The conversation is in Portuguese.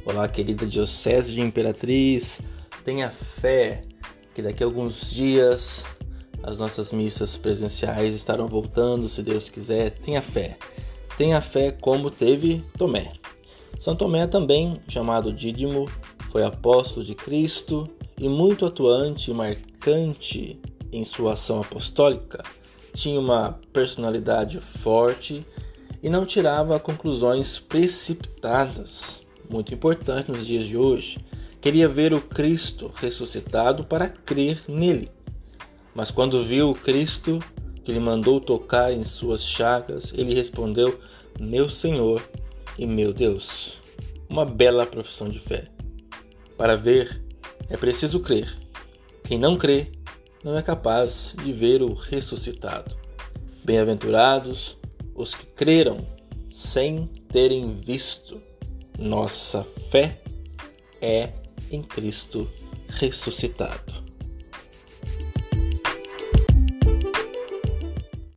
Olá, querida Diocese de Imperatriz, tenha fé que daqui a alguns dias as nossas missas presenciais estarão voltando, se Deus quiser. Tenha fé como teve Tomé. São Tomé também, chamado Dídimo, foi apóstolo de Cristo e muito atuante e marcante em sua ação apostólica. Tinha uma personalidade forte e não tirava conclusões precipitadas. Muito importante nos dias de hoje. Queria ver o Cristo ressuscitado para crer nele. Mas quando viu o Cristo que lhe mandou tocar em suas chagas, ele respondeu: meu Senhor e meu Deus. Uma bela profissão de fé. Para ver, é preciso crer. Quem não crê, não é capaz de ver o ressuscitado. Bem-aventurados os que creram sem terem visto. Nossa fé é em Cristo ressuscitado.